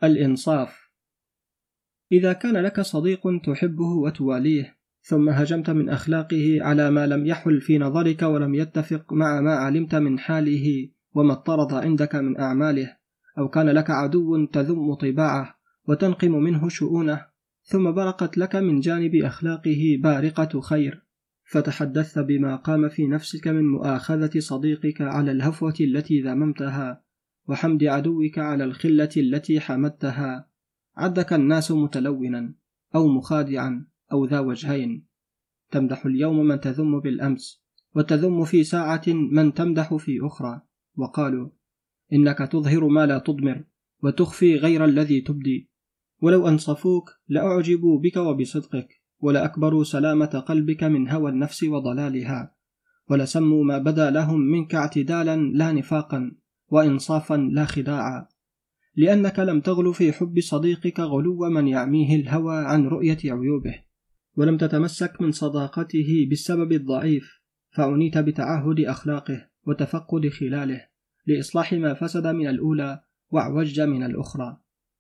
الإنصاف. إذا كان لك صديق تحبه وتواليه، ثم هجمت من أخلاقه على ما لم يحل في نظرك ولم يتفق مع ما علمت من حاله وما اضطرد عندك من أعماله، أو كان لك عدو تذم طباعه وتنقم منه شؤونه، ثم برقت لك من جانب أخلاقه بارقة خير، فتحدثت بما قام في نفسك من مؤاخذة صديقك على الهفوة التي ذممتها، وحمد عدوك على الخلة التي حمدتها، عدك الناس متلونا أو مخادعا أو ذا وجهين، تمدح اليوم من تذم بالأمس، وتذم في ساعة من تمدح في أخرى، وقالوا إنك تظهر ما لا تضمر وتخفي غير الذي تبدي، ولو أنصفوك لأعجبوا بك وبصدقك، ولأكبروا سلامة قلبك من هوى النفس وضلالها، ولسموا ما بدا لهم منك اعتدالا لا نفاقا، وإنصافا لا خداعا، لأنك لم تغل في حب صديقك غلو من يعميه الهوى عن رؤية عيوبه، ولم تتمسك من صداقته بالسبب الضعيف، فعنيت بتعهد أخلاقه وتفقد خلاله لإصلاح ما فسد من الأولى واعوج من الأخرى.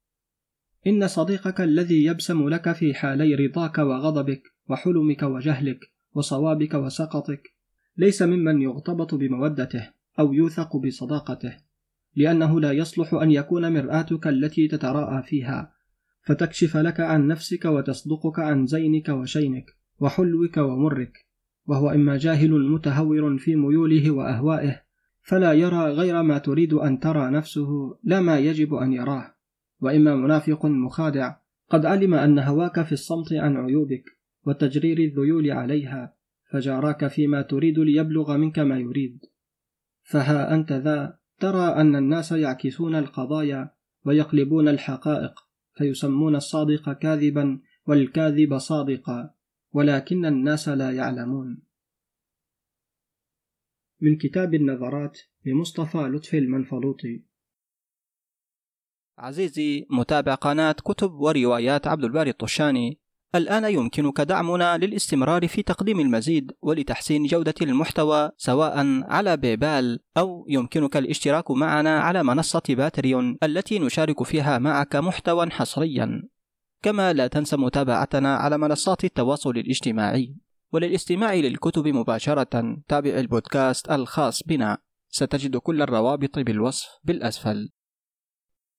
إن صديقك الذي يبسم لك في حالي رضاك وغضبك وحلمك وجهلك وصوابك وسقطك ليس ممن يغتبط بمودته أو يوثق بصداقته، لأنه لا يصلح أن يكون مرآتك التي تتراءى فيها، فتكشف لك عن نفسك وتصدقك عن زينك وشينك وحلوك ومرك، وهو إما جاهل متهور في ميوله وأهوائه فلا يرى غير ما تريد أن ترى نفسه لا ما يجب أن يراه، وإما منافق مخادع قد علم أن هواك في الصمت عن عيوبك وتجرير الذيول عليها، فجاراك فيما تريد ليبلغ منك ما يريد. فها أنت ذا ترى أن الناس يعكسون القضايا ويقلبون الحقائق، فيسمون الصادق كاذبا والكاذب صادقا، ولكن الناس لا يعلمون. من كتاب النظرات لمصطفى لطفي المنفلوطي. عزيزي متابع قناة كتب وروايات عبد الباري الطشاني، الآن يمكنك دعمنا للاستمرار في تقديم المزيد ولتحسين جودة المحتوى، سواء على بيبال أو يمكنك الاشتراك معنا على منصة باتريون التي نشارك فيها معك محتوى حصريا. كما لا تنسى متابعتنا على منصات التواصل الاجتماعي، وللاستماع للكتب مباشرة تابع البودكاست الخاص بنا، ستجد كل الروابط بالوصف بالأسفل.